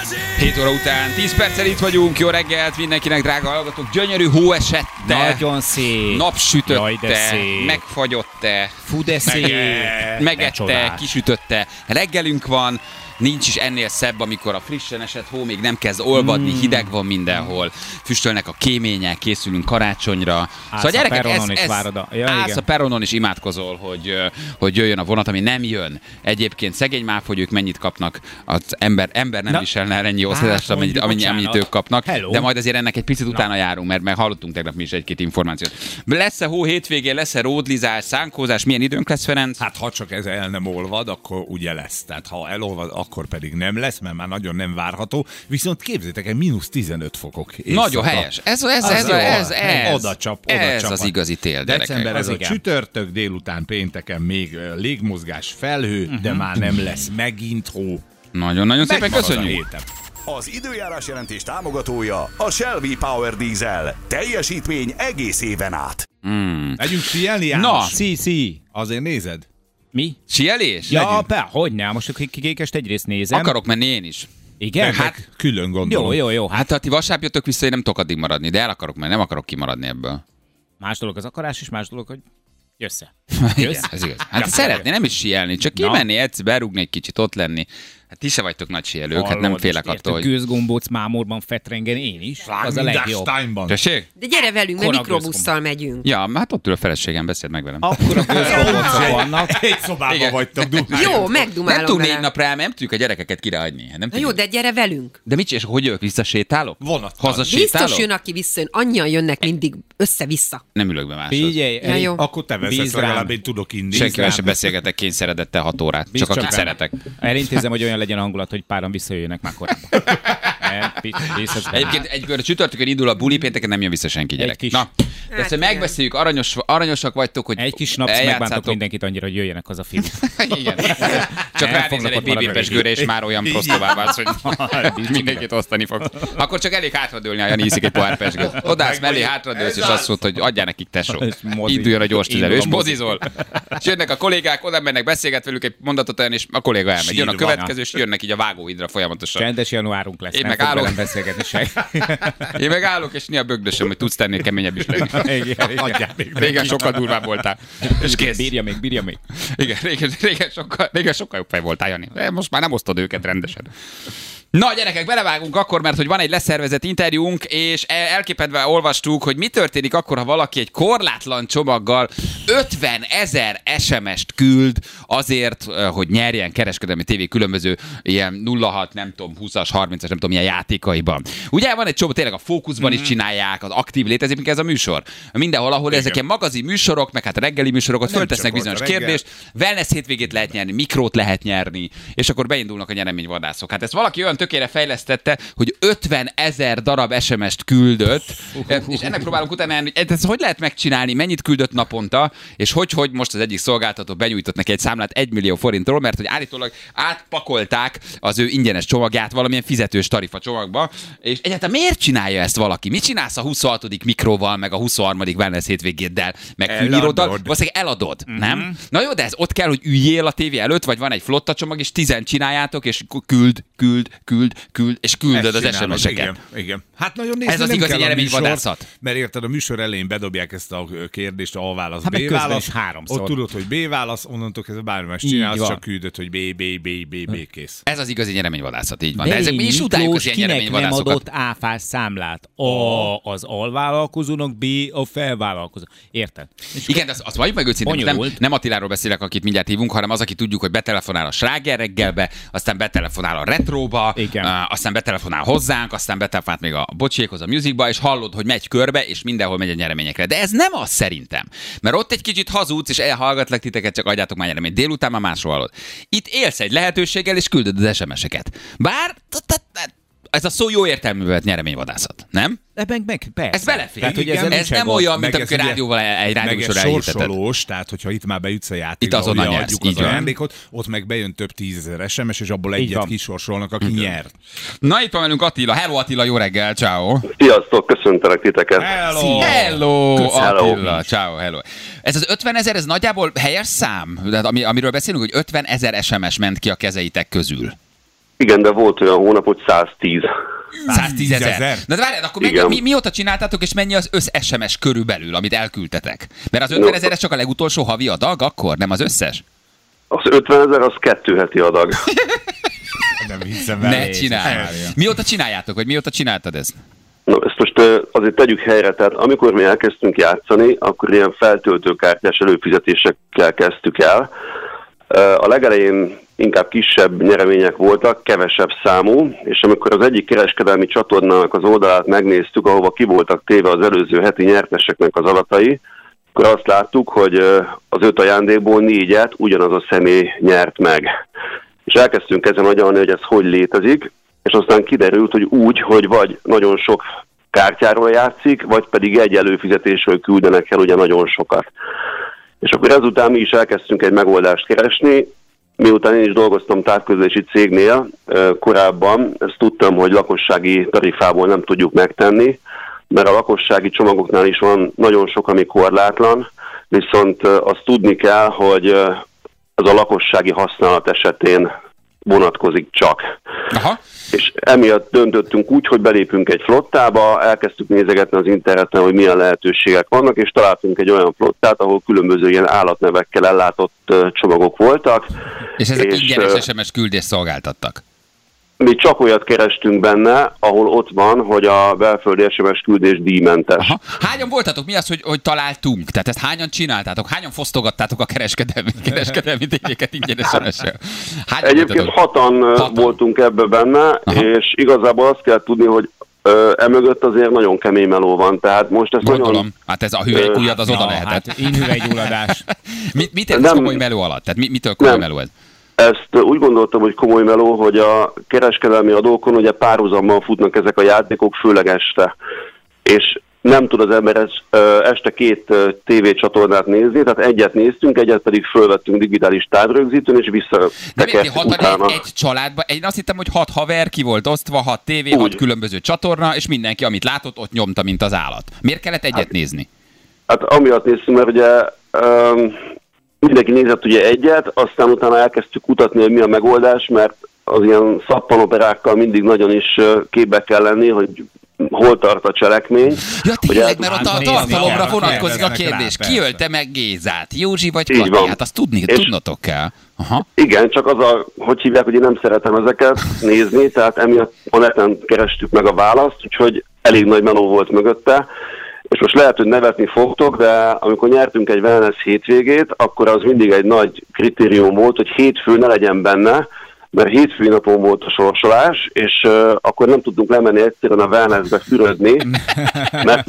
7 óra után 10 perccel itt vagyunk, jó reggelt mindenkinek, drága hallgatók. Gyönyörű hó esett, nagyon szép. Napsütötte, megfagyotte, fú de szép. megette, kisütötte. Reggelünk van, nincs is ennél szebb, amikor a frissen esett hó még nem kezd olvadni, hideg van mindenhol, füstölnek a kémények, készülünk karácsonyra. Szóval gyerekek, állsz a peronon is imádkozol, hogy jöjjön a vonat, ami nem jön. Egyébként szegény máv, hogy ők mennyit kapnak, az ember nem viselne el ennyi osztályt, amennyit ők kapnak. Hello. De majd azért ennek egy picit utána járunk, mert hallottunk tegnap mi is egy-két információt. Lesz-e hó hétvégén, lesz-e ródlizás, szánkózás, milyen időnk lesz, Ferenc? Hát ha csak ez el nem olvad, akkor ugye lesz. Tehát ha elolvad, akkor pedig nem lesz, mert már nagyon nem várható. Viszont képzétek el, -15 fokok éjszaka. Nagyon helyes. Ez oda csap. Az igazi tél, december, ez a csütörtök, délután pénteken még légmozgás, felhő, de már nem lesz megint hó. Nagyon-nagyon szépen köszönjük. Az időjárás jelentés támogatója a Shell V-Power Diesel. Teljesítmény egész éven át. Megyünk síelni, János? Na, szí. Azért nézed? Mi? Síelés? Ja, hogyne, most a Kikést egyrészt nézem. Akarok menni én is. Igen? Hát külön gondolom. Jó. Hát ha ti vasárnap jöttök vissza, én nem tudok addig maradni, de el akarok menni, nem akarok kimaradni ebből. Más dolog az akarás, és más dolog, hogy jössze. Igen, ez igaz. Hát szeretné nem is síelni, csak kimenni, egyszer berúgni egy kicsit, ott lenni. Hát ti se vagytok nagy síelők, hát nem félek attól, hogy... Gőzgombóc mámorban fetrengen én is, az a legjobb. Tessék? De gyere velünk, mert mikrobusszal megyünk. Ja, hát ott ül a feleségem, beszéld meg velem. Akkor a gőzgombócok vannak. Egy szobában vagytok, dumáljuk. Jó, megdumálom. Nem tudunk 4 napra elmenni, nem tudjuk a gyerekeket királyni. Jó, de gyere velünk. De mit és hogy jövök, visszasétálok? Vonattal. Hazasétálok? Biztos jön, aki visszajön. Annyian jönnek mindig össze-vissza. Nem ülök be máshoz. Figyelj, jó. Akkor te vezetsz, legalább én tudok inni. Senkivel sem beszélgetek kényszeredettel 6 órát. Csak akit szeretek. Elintézem, hogy olyan legyen a hangulat, hogy páran visszajöjjenek már korábban. Egyébként egy csütörtökön indul a buli, pénteken nem jön vissza senki, gyerek. Na, de ezt, hogy megbeszéljük, aranyosak vagytok, hogy egy kis naps megbántok mindenkit annyira, hogy jöjjenek haza film. Igen. Csak ránézel egy BB-pesgőre, és már olyan prostová válsz, hogy mindenkit osztani fog. Akkor csak elég hátradőlni, ha Jani iszik egy pohár pesgőt. Odállsz mellé, hátradőlsz, és azt mondod, hogy adjál nekik tesó. Induljon a gyors tüzelő, és mozizol. És jönnek a kollégák, oda mennek, beszélget velük egy mondatot olyan, és a kolléga elmegy. Jön a következő, és jönnek így a vágóhídra folyamatosan. Csendes januárunk lesz. Én meg állok. Én meg állok, és néha bögdösöm, hogy tudsz tenni keményebb is lenni. Régen sokkal durvább voltál. És kész. Bírja még. Igen, régen sokkal jobb fej voltál, Jani. De most már nem osztod őket rendesen. Na, gyerekek, belevágunk akkor, mert hogy van egy leszervezett interjúnk, és elképedve olvastuk, hogy mi történik akkor, ha valaki egy korlátlan csomaggal 50 000 SMS-t küld azért, hogy nyerjen kereskedelmi tévé különböző ilyen 06, nem tudom, 20-as, 30-as, nem tudom, milyen játékaiban. Ugye van egy csomó, tényleg a Fókuszban is csinálják, az aktív létezik, mint ez a műsor. Mindenhol, ahol ezek ilyen magazin műsorok, meg hát reggeli műsorokat föltesznek bizonyos kérdést, wellness hétvégét lehet nyerni, mikrót lehet nyerni, és akkor beindulnak a nyereményvadászok. Hát ezt valaki olyan tökére fejlesztette, hogy 50 000 darab SMS-t küldött, és ennek próbálunk utána járni, hogy ezt hogy lehet megcsinálni, mennyit küldött naponta, és hogy most az egyik szolgáltató benyújtott neki egy számlát 1 millió forintról, mert hogy állítólag átpakolták az ő ingyenes csomagját valamilyen fizetős tarifa csomagba, és egyáltalán miért csinálja ezt valaki? Mit csinálsz a 26. mikróval, meg a 23. wellness hétvégéddel, meg hűnyíróddal? Valószínűleg eladod, nem? Na jó, de ez ott kell, hogy üljél a tévé előtt, vagy van egy flotta csomag, és 10 csináljátok, és küld, és küldöd az SMS-eket. Igen. Hát nagyon nézni, ez az igazi nyereményvadászat. Mert érted, a műsor elején bedobják ezt a kérdést, A válasz, hát B válasz. Háromszor. Ott tudod, hogy B válasz, onnantól kezdve bármi más csinálsz, csak küldött, hogy B, kész. Ez az igazi nyereményvadászat, így van. De ezek mi is utáljuk az ilyen nyereményvadászokat. Nem adott áfás számlát? A az alvállalkozónak, B a felvállalkozó. Érted? Igen, de azt valljuk meg őszintén, nem Attiláról beszélek, akit mindjárt hívunk, hanem az, aki tudjuk, hogy betelefonál a Sláger reggelbe, aztán betelefonál a Retróba, aztán betelefonál hozzánk, aztán betelefonált még a Bocsiékhoz, a Musicba, és hallod, hogy megy körbe, és mindenhol megy a nyereményekre. De ez nem az szerintem. Mert ott egy kicsit hazudsz, és elhallgatlak titeket, csak adjátok már nyereményt. Délután már másról hallod. Itt élsz egy lehetőséggel, és küldöd az SMS-eket. Bár ez a szó jó értelművel nyereményvadászat, nem? Persze. Ez belefér. Tehát, ez nem olyan, mint amikor rádióval egy rádiósor elhiteted. Sorsolós, tehát hogyha itt már bejutsz a játékba, itt azonnal nyersz, adjuk az ajándékot, ott meg bejön több 10 000 SMS, és abból egyet kisorsolnak, aki nyer. Na, itt van velünk Attila. Hello Attila, jó reggel, ciao. Sziasztok, köszöntelek titeket. Hello Attila, ciao, hello. Ez az 50 000, ez nagyjából helyes szám? Amiről beszélünk, hogy 50 000 SMS ment ki a kezeitek közül. Igen, de volt olyan hónap, hogy 110. 110 000. Na de várjál, akkor mióta csináltátok, és mennyi az SMS körülbelül, amit elküldtetek? Mert az 50 000 csak a legutolsó havi adag, akkor? Nem az összes? Az 50 000 az 2 heti adag. Nem hiszem. Ne csinálj. Mióta csináljátok, vagy mióta csináltad ezt? Na, ezt most azért tegyük helyre, tehát amikor mi elkezdtünk játszani, akkor ilyen feltöltőkártyás előfizetésekkel kezdtük el. A legelején inkább kisebb nyeremények voltak, kevesebb számú, és amikor az egyik kereskedelmi csatornának az oldalát megnéztük, ahova ki voltak téve az előző heti nyerteseknek az adatai, akkor azt láttuk, hogy az 5 ajándékból 4-et ugyanaz a személy nyert meg. És elkezdtünk ezen agyalni, hogy ez hogy létezik, és aztán kiderült, hogy úgy, hogy vagy nagyon sok kártyáról játszik, vagy pedig egy előfizetésről küldenek el ugye nagyon sokat. És akkor ezután mi is elkezdtünk egy megoldást keresni, miután én is dolgoztam távközlési cégnél korábban, ezt tudtam, hogy lakossági tarifából nem tudjuk megtenni, mert a lakossági csomagoknál is van nagyon sok, ami korlátlan, viszont azt tudni kell, hogy ez a lakossági használat esetén vonatkozik csak. Aha. És emiatt döntöttünk úgy, hogy belépünk egy flottába, elkezdtük nézegetni az interneten, hogy milyen lehetőségek vannak, és találtunk egy olyan flottát, ahol különböző ilyen állatnevekkel ellátott csomagok voltak. És ezek ingyenes SMS küldést szolgáltattak? Mi csak olyat kerestünk benne, ahol ott van, hogy a belföldi SMS küldés díjmentes. Aha. Hányan voltatok? Mi az, hogy találtunk? Tehát ezt hányan csináltátok? Hányan fosztogattátok a kereskedelmi tényeket ingyenes SMS-sel? Egyébként 6-an voltunk ebbe benne, aha, és igazából azt kell tudni, hogy emögött azért nagyon kemény meló van, tehát most ezt gondolom, nagyon... Hát ez a hüvelykujjad az oda lehetett. Hát inhüvelygyulladás. Mit értesz komoly meló alatt? Tehát mitől komoly meló ez? Ezt úgy gondoltam, hogy komoly meló, hogy a kereskedelmi adókon ugye párhuzamban futnak ezek a játékok, főleg este. És nem tud az ember este 2 tévécsatornát nézni, tehát egyet néztünk, egyet pedig fölvettünk digitális távrögzítőn, és visszatekertük utána. Egy családban, én azt hittem, hogy 6 haver ki volt osztva, 6 tévé, 6 különböző csatorna, és mindenki, amit látott, ott nyomta, mint az állat. Miért kellett egyet nézni? Hát amiatt néztünk, mert ugye... mindenki nézett ugye egyet, aztán utána elkezdtük kutatni, hogy mi a megoldás, mert az ilyen szappanoperákkal mindig nagyon is képbe kell lenni, hogy hol tart a cselekmény. Ja tényleg, mert ott a tartalomra vonatkozik a kérdés. Ki ölte meg Gézát? Józsi vagy Kati? Hát azt tudnotok kell. Aha. Igen, csak az hogy hívják, hogy én nem szeretem ezeket nézni, tehát emiatt a neten kerestük meg a választ, úgyhogy elég nagy meló volt mögötte. És most lehet, hogy nevetni fogtok, de amikor nyertünk egy wellness hétvégét, akkor az mindig egy nagy kritérium volt, hogy hétfő ne legyen benne, mert hétfői napon volt a sorsolás, és akkor nem tudtunk lemenni egyszerűen a wellnessbe fürödni, mert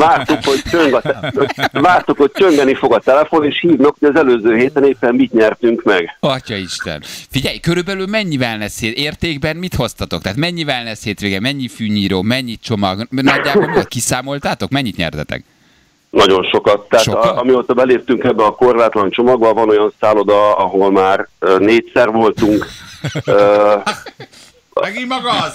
vártuk, hogy csöngeni fog a telefon, és hívnak, hogy az előző héten éppen mit nyertünk meg. Atyaisten! Figyelj, körülbelül mennyi wellness értékben mit hoztatok? Tehát mennyi wellness hétvége, mennyi fűnyíró, mennyi csomag? Nagyjából kiszámoltátok? Mennyit nyertetek? Nagyon sokat. Tehát amióta beléptünk ebbe a korlátlan csomagba, van olyan szálloda, ahol már 4-szer voltunk. Megint maga az!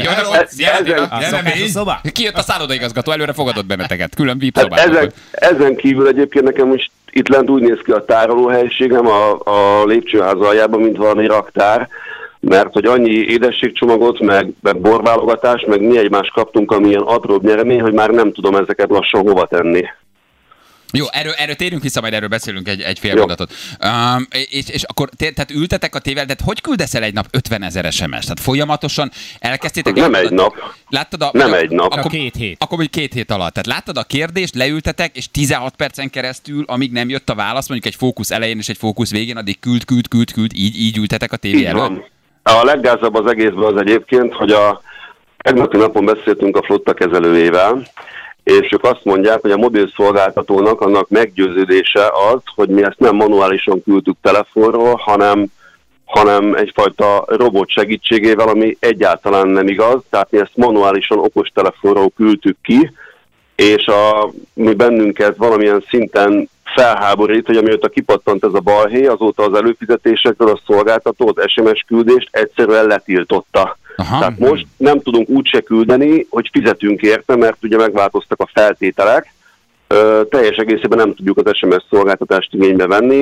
Kijött a szállodaigazgató, előre fogadott benneteket, külön VIP szobában. Ezen kívül egyébként nekem most itt lent úgy néz ki a tárolóhelyiségem a lépcsőház aljában, mint valami raktár, mert hogy annyi édességcsomagot, meg borválogatás, meg mi egymást kaptunk, amilyen apróbb nyeremény, hogy már nem tudom ezeket lassan hova tenni. Jó, erről térjünk vissza, majd erről beszélünk egy fél mondatot. És akkor tehát ültetek a tével, de hogy küldesz el egy nap 50 000 SMS-t? Tehát folyamatosan elkezdtétek... Nem egy nap. Nem egy nap. Akkor 2 hét. Akkor 2 hét alatt. Tehát láttad a kérdést, leültetek, és 16 percen keresztül, amíg nem jött a válasz, mondjuk egy fókusz elején és egy fókusz végén, addig küld, így ültetek a tévé előtt? A leggázabb az egészben az egyébként, hogy a tegnapi napon beszéltünk a flotta kezelőjével, és ők azt mondják, hogy a mobil szolgáltatónak annak meggyőződése az, hogy mi ezt nem manuálisan küldtük telefonról, hanem egyfajta robot segítségével, ami egyáltalán nem igaz, tehát mi ezt manuálisan okostelefonról küldtük ki, és mi bennünket valamilyen szinten felháborít, hogy amióta kipattant ez a balhé, azóta az előfizetésekről a szolgáltató az SMS küldést egyszerűen letiltotta. Aha. Tehát most nem tudunk úgy se küldeni, hogy fizetünk érte, mert ugye megváltoztak a feltételek. Teljes egészében nem tudjuk az SMS szolgáltatást igénybe venni.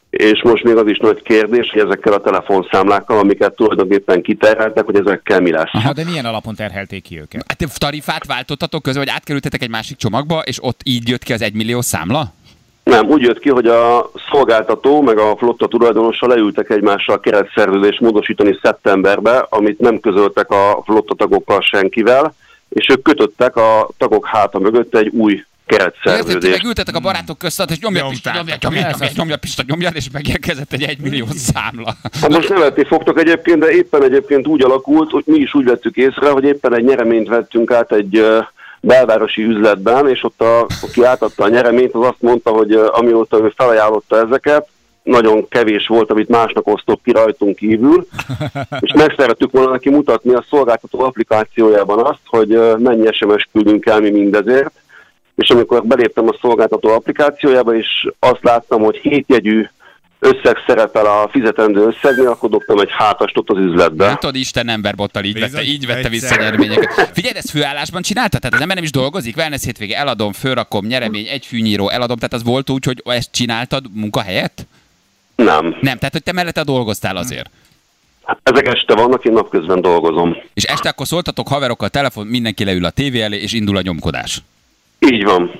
és most még az is nagy kérdés, hogy ezekkel a telefonszámlákkal, amiket tulajdonképpen kiterheltek, hogy ezekkel mi lesz. Aha, de milyen alapon terhelték ki őket? Hát tarifát váltottatok közben, vagy átkerültetek egy másik csomagba, és ott így jött ki az 1 millió számla? Nem, úgy jött ki, hogy a szolgáltató meg a flotta tulajdonosa leültek egymással keretszerződést módosítani szeptemberbe, amit nem közöltek a flotta tagokkal senkivel, és ők kötöttek a tagok háta mögött egy új keretszerződést. Érted, megültetek a barátok között, hogy nyomja, Pista, nyomja, és megérkezett egy 1 millió számla. Hát most nevetni fogtok egyébként, de éppen egyébként úgy alakult, hogy mi is úgy vettük észre, hogy éppen egy nyereményt vettünk át egy belvárosi üzletben, és ott aki átadta a nyereményt, az azt mondta, hogy amióta ő felajánlotta ezeket, nagyon kevés volt, amit másnak osztott ki rajtunk kívül, és meg szerettük volna neki mutatni a szolgáltató applikációjában azt, hogy mennyi SMS küldünk el mi mindezért, és amikor beléptem a szolgáltató applikációjába, és azt láttam, hogy 7 jegyű összeg szerepel a fizetendő összegnél, akkor dobtam egy hátast ott az üzletbe. Nem tudod, Isten emberbottal így vette vissza nyereményeket. Figyelj, ezt főállásban csinálta? Tehát az ember nem is dolgozik? Wellness hétvége, eladom, fölrakom, nyeremény, egy fűnyíró, eladom. Tehát az volt úgy, hogy ezt csináltad munkahelyett? Nem. Nem, tehát hogy te mellette dolgoztál azért. Ezek este vannak, én napközben dolgozom. És este akkor szóltatok haverokkal, telefon, mindenki leül a tévé elé, és indul a nyomkodás. Így van.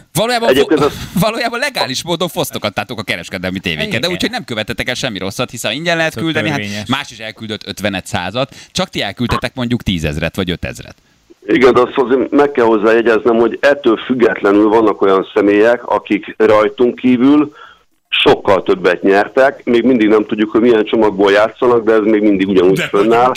Valójában legális módon fosztogattátok a kereskedelmi tévéket, de úgyhogy nem követetek el semmi rosszat, hiszen ingyen lehet küldeni, hát más is elküldött 50-100-at, csak ti elküldtetek mondjuk 10 000-et vagy 5 000-et. Igen, de azt azért meg kell hozzájegyeznem, hogy ettől függetlenül vannak olyan személyek, akik rajtunk kívül sokkal többet nyertek, még mindig nem tudjuk, hogy milyen csomagból játszanak, de ez még mindig ugyanúgy fönnáll.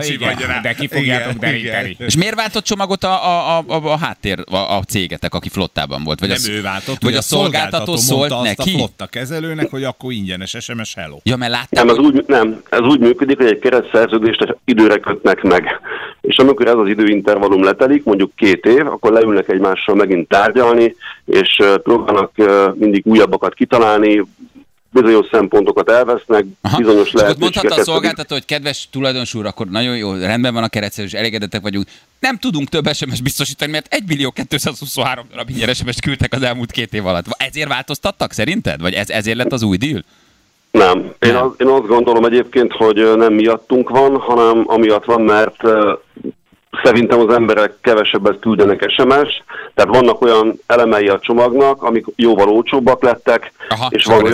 De ki fogjátok deríteni. És miért váltott csomagot a háttér, a cégetek, aki flottában volt? Vagy nem ő váltott, vagy a szolgáltató szólt mondta neki? azt a flotta kezelőnek, hogy akkor ingyenes SMS hello. Ja, mert láttam, ez úgy működik, hogy egy keretszerződést időre kötnek meg. És amikor ez az időintervallum letelik, mondjuk 2 év, akkor leülnek egymással megint tárgyalni, és próbálnak mindig újabbakat kitalálni, bizonyos szempontokat elvesznek, bizonyos lehetőségeket. Mondhatta a szolgáltató, hogy kedves tulajdonos úr, akkor nagyon jó, rendben van a keretszerződés, elégedettek vagyunk. Nem tudunk több SMS biztosítani, mert 1 millió 223 darab ingyen SMS-t küldtek az elmúlt 2 év alatt. Ezért változtattak szerinted? Vagy ezért lett az új deal? Nem. Én azt gondolom egyébként, hogy nem miattunk van, hanem amiatt van, mert szerintem az emberek kevesebbet küldenek SMS-t, tehát vannak olyan elemei a csomagnak, amik jóval olcsóbbak lettek, és van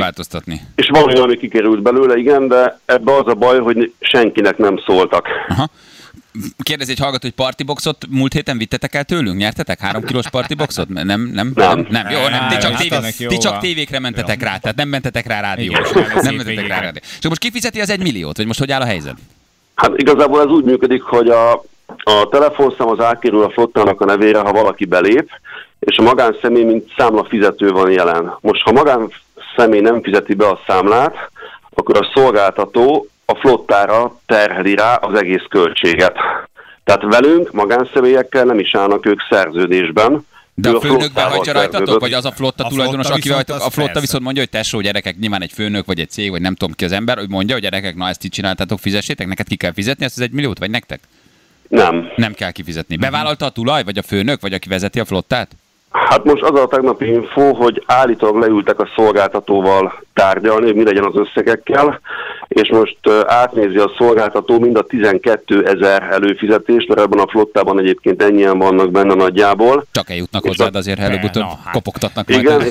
olyan, ami kikerült belőle, igen, de ebbe az a baj, hogy senkinek nem szóltak. Aha. Kérdezi egy hallgató, hogy partiboxot múlt héten vittetek el tőlünk? Nyertetek 3 kilós partiboxot? Nem. Jó, nem. Ti csak tévékre mentetek rá, tehát nem mentetek rá rádióra. Nem mentetek rá rádióra. És most kifizeti az 1 milliót, vagy most hogy áll a helyzet? Hát igazából ez úgy működik, hogy a telefonszám az átkerül a flottának a nevére, ha valaki belép, és a magánszemély mint számlafizető van jelen. Most, ha magánszemély nem fizeti be a számlát, akkor a szolgáltató a flottára terheli rá az egész költséget. Tehát velünk, magánszemélyekkel nem is állnak ők szerződésben. De a főnökben hagyja rajtatok, vagy az a flotta tulajdonos, aki a flotta viszont mondja, hogy tesó, gyerekek, nyilván egy főnök, vagy egy cég, vagy nem tudom ki az ember, hogy mondja, hogy gyerekek, na ezt így csináltátok, fizessétek, neked ki kell fizetni ezt az 1 milliót, vagy nektek? Nem. Nem kell kifizetni. Bevállalta a tulaj, vagy a főnök, vagy aki vezeti a flottát? Hát most az a tegnapi info, hogy állítólag leültek a szolgáltatóval tárgyalni, hogy mi legyen az összegekkel, és most átnézi a szolgáltató mind a 12 000 előfizetést, mert ebben a flottában egyébként ennyien vannak benne nagyjából. Csak eljutnak hozzád, azért előbb-utóbb kopogtatnak majd. Igen,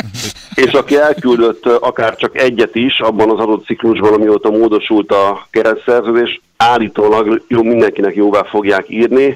és aki elküldött akár csak egyet is abban az adott ciklusban, amióta módosult a keretszerződés, állítólag mindenkinek jóvá fogják írni.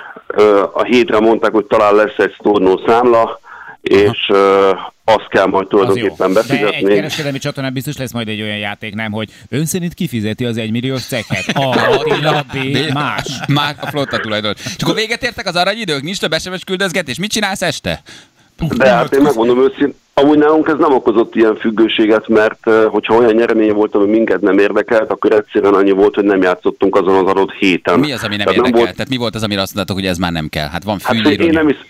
A hétre mondták, hogy talán lesz egy sztornó számla, és azt kell majd tulajdonképpen befizetni. De egy kereskedelmi csatornán biztos lesz majd egy olyan játék, nem, hogy ön szerint kifizeti az 1 milliós cekhet? A, B, más. Már a flotta tulajdonos. És akkor véget értek az aranyidők? Nincs több SMS küldözgetés? Mit csinálsz este? De hát én megmondom őszintén, amúgy nálunk ez nem okozott ilyen függőséget, mert hogyha olyan nyeremény volt, ami minket nem érdekelt, akkor egyszerűen annyi volt, hogy nem játszottunk azon az adott héten. Mi az, ami nem érdekelt? Tehát mi volt az, amire azt mondtátok, hogy ez már nem kell? Hát van fűnyíró.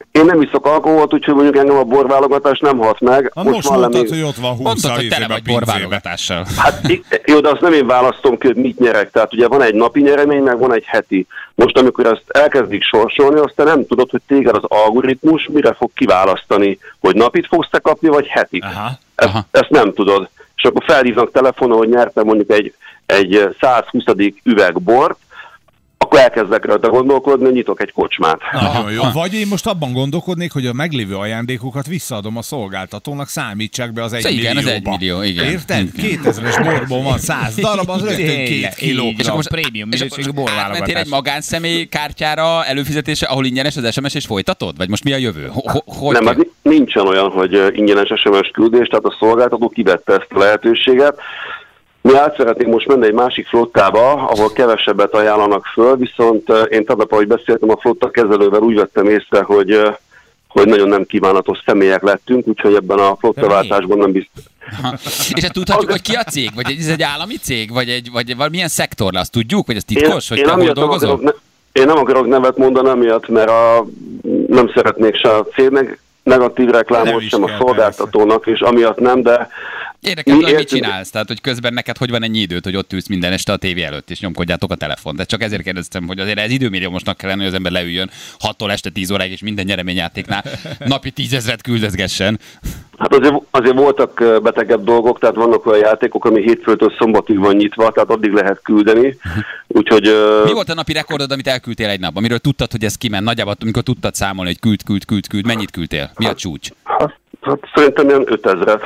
Én nem iszok alkoholt, úgyhogy mondjuk engem a borválogatás nem hat meg. Most mondtad, hogy ott van 20 Mondtad, hogy tele a vagy pincébe. borválogatással. Hát jó, de azt nem én választom ki, hogy mit nyerek. Tehát ugye van egy napi nyeremény, meg van egy heti. Most amikor ezt elkezdik sorsolni, azt te nem tudod, hogy téged az algoritmus mire fog kiválasztani, hogy napit fogsz-e kapni, vagy hetit. Ezt nem tudod. És akkor felhívnak telefonon, hogy nyertem mondjuk egy 120. üveg bort, akkor elkezdek rajta gondolkodni, hogy nyitok egy kocsmát. Nagyon jó. Vagy én most abban gondolkodnék, hogy a meglévő ajándékokat visszaadom a szolgáltatónak, számítsák be az 1 millióba. Igen, az 1 millió, igen. Érted? 2000-es borból van 100 darab, az rögtön 2 kiló. És akkor prémium minőségű borválogatás. Átmentél egy magánszemély kártyára előfizetése, ahol ingyenes az SMS és folytatod? Vagy most mi a jövő? Nem, hát nincsen olyan, hogy ingyenes SMS küldés, tehát a szolgáltató kivette ezt a lehetőséget. Mi át szeretnénk most menni egy másik flottába, ahol kevesebbet ajánlanak föl, viszont én tegnap, ahogy beszéltem a flotta kezelővel, úgy vettem észre, hogy nagyon nem kívánatos személyek lettünk, úgyhogy ebben a flottaváltásban nem biztos. És ezt tudhatjuk, hogy ki a cég? Vagy ez egy állami cég? Vagy milyen szektor? Azt tudjuk? Vagy ez titkos? Hogy te hol dolgozol? Én nem akarok nevet mondani amiatt, mert nem szeretnék se a cégnek negatív reklámot, sem a szolgáltatónak, és amiatt nem, de... Érdekel, hogy mit csinálsz? Tehát, hogy közben neked hogy van ennyi időt, hogy ott ülsz minden este a tévé előtt, és nyomkodjátok a telefont. De csak ezért kérdeztem, hogy azért ez időmilliómosnak kell lenni, hogy az ember leüljön 6-tól este 10 óráig, és minden nyereményjátéknál napi 10 000 küldözgessen. Hát azért voltak betegebb dolgok, tehát vannak olyan játékok, ami hétfőtől szombatig van nyitva, tehát addig lehet küldeni. Úgyhogy... Mi volt a napi rekordod, amit elküldtél egy nap? Amiről tudtad, hogy ez kiment? Nagyjából, amikor tudtad számolni, hogy küld, mennyit küldtél? Mi a csúcs? Hát szerintem ilyen 5000-et.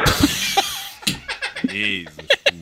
Jézus,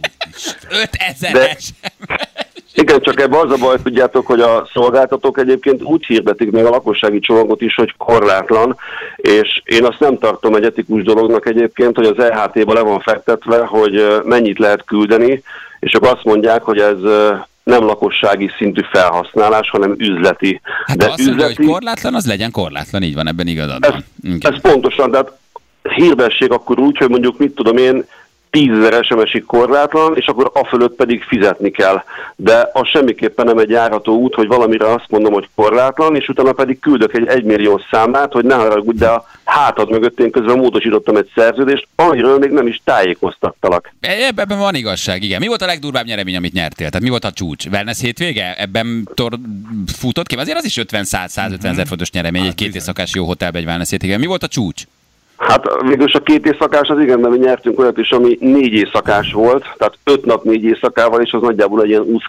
5000-es! Igen, csak ebben az a baj, tudjátok, hogy a szolgáltatók egyébként úgy hirdetik meg a lakossági csomagot is, hogy korlátlan, és én azt nem tartom egy etikus dolognak egyébként, hogy az EHT-ba le van fektetve, hogy mennyit lehet küldeni, és akkor azt mondják, hogy ez nem lakossági szintű felhasználás, hanem üzleti. Hát de azt mondja, hogy korlátlan, az legyen korlátlan, így van, ebben igazad van. Ez pontosan, tehát hírvesség akkor úgy, hogy mondjuk mit tudom én, 10 000 SMS-ig korlátlan, és akkor afölött pedig fizetni kell. De az semmiképpen nem egy járható út, hogy valamire azt mondom, hogy korlátlan, és utána pedig küldök egy 1 milliós számlát, hogy ne haragudj, de a hátad mögött én közben módosítottam egy szerződést, amiről még nem is tájékoztattalak. Ebben van igazság, igen. Mi volt a legdurvább nyeremény, amit nyertél? Tehát mi volt a csúcs? Wellness hétvége? Ebben futott ki? Azért az is 50-100-150 ezer fontos nyeremény, egy 2 éjszakás jó hotelbe egy wellness hétvége. Mi volt a csúcs? Hát végülis a 2 éjszakás az igen, mert mi nyertünk olyat is, ami 4 éjszakás volt, tehát 5 nap 4 éjszakával, és az nagyjából egy ilyen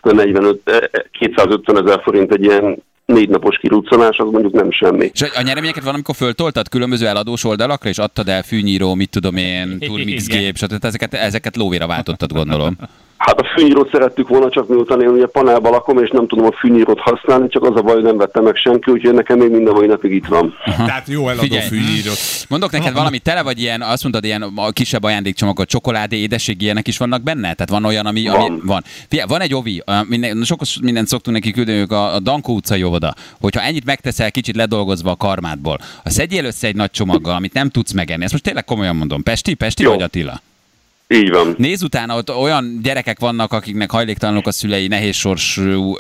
250 000 forint egy ilyen 4 napos kiruccanás, az mondjuk nem semmi. És a nyereményeket van, amikor föltoltad különböző eladós oldalakra, és adtad el fűnyíró, mit tudom én, turmixgép, stb. Ezeket lóvéra váltottad, gondolom. Hát a fűnyírót szerettük volna, csak miután én ugye panelban lakom, és nem tudom a fűnyírót használni, csak az a baj, hogy nem vettem meg senki, úgyhogy nekem még minden mai napig itt van. Tehát jó eladó fűnyírót. Mondok neked valamit, tele vagy ilyen, azt mondtad, ilyen kisebb ajándékcsomagot, csokoládé, édesség, ilyenek is vannak benne? Tehát van olyan, ami van. Figyelj, van egy ovi, sok mindent szoktunk neki küldeni, a Dankó utcai óvoda, hogyha ennyit megteszel kicsit ledolgozva a karmádból, ha szedjél össze egy nagy csomaggal, amit nem tudsz megenni, ezt most tényleg komolyan mondom, Pesti vagy Attila? Így van. Nézz utána, ott olyan gyerekek vannak, akiknek hajléktalanok a szülei, nehéz sorsú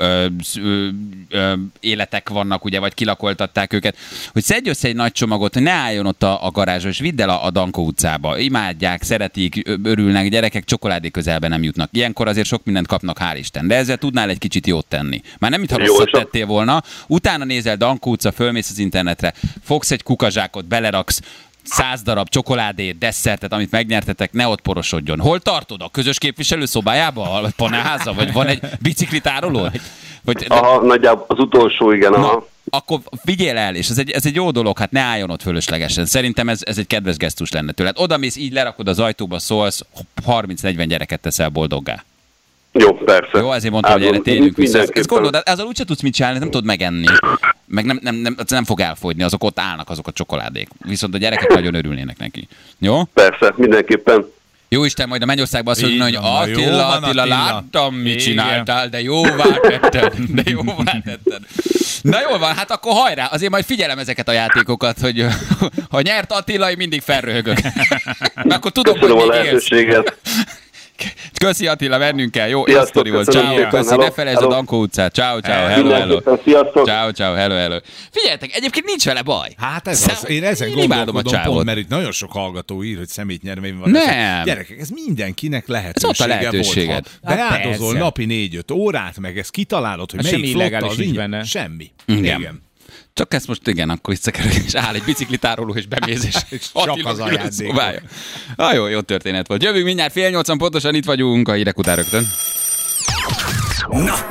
életek vannak, ugye, vagy kilakoltatták őket, hogy szedj össze egy nagy csomagot, hogy ne álljon ott a garázsra, és vidd el a Dankó utcába. Imádják, szeretik, örülnek, gyerekek csokoládé közelben nem jutnak. Ilyenkor azért sok mindent kapnak, hál' Isten, de ezzel tudnál egy kicsit jót tenni. Már nem mintha rosszat tettél volna, utána nézel Dankó utca, fölmész az internetre, fogsz egy kukazsákot, beleraksz 100 darab csokoládét, desszertet, amit megnyertetek, ne ott porosodjon. Hol tartod? A közös képviselő szobájába? A panelháza? Vagy van egy biciklitárolód? Nagyjából az utolsó, igen. Na, akkor vigyél el, és ez egy jó dolog, hát ne álljon ott fölöslegesen. Szerintem ez egy kedves gesztus lenne tőled. Oda mész, így lerakod az ajtóba, szólsz, 30-40 gyereket teszel boldoggá. Jó, persze. Jó, ezért mondtam, hogy erre térjünk vissza. Ezt gondolod, ezzel úgyse tudsz mit csinálni, nem tudod megenni. Meg nem fog elfogyni, azok ott állnak, azok a csokoládék. Viszont a gyerekek nagyon örülnének neki. Jó? Persze, mindenképpen. Jó Isten, majd a Mennyországban azt mondja, hogy Attila, láttam, mit csináltál, de jóvá tetted. Na jól van, hát akkor hajrá, azért majd figyelem ezeket a játékokat, hogy ha nyert Attila, én mindig felröhögök. Na akkor tudom, köszönöm hogy a lehetőséget. Köszi Attila, mennünk kell. Jó, Sziasztok, sztori volt. köszönöm Ciao, szépen. köszi. Hello. Ne felejtsd a Dankó utcát. Ciao, hello. Mindenképpen, sziasztok. Ciao, hello. Figyeljetek, egyébként nincs vele baj. Hát ez az. Én ezen imádom a gondolkodom csávot. pont, mert itt nagyon sok hallgató ír, hogy szemétnyermény van. Nem. Gyerekek, ez mindenkinek Ez ott a lehetősége lehetőséged. volt. Ha beáldozol persze. napi 4-5 órát, meg ezt kitalálod, hogy Semmi melyik flotta illegális az nincs ingyen. benne. Semmi. Igen. Csak ezt most igen, akkor visszakerül, és áll egy biciklitároló, és bemész, és Csak az ajándékok. szobája. Jó történet volt. Jövünk mindjárt 7:30 pontosan, itt vagyunk a hírek után rögtön. Na,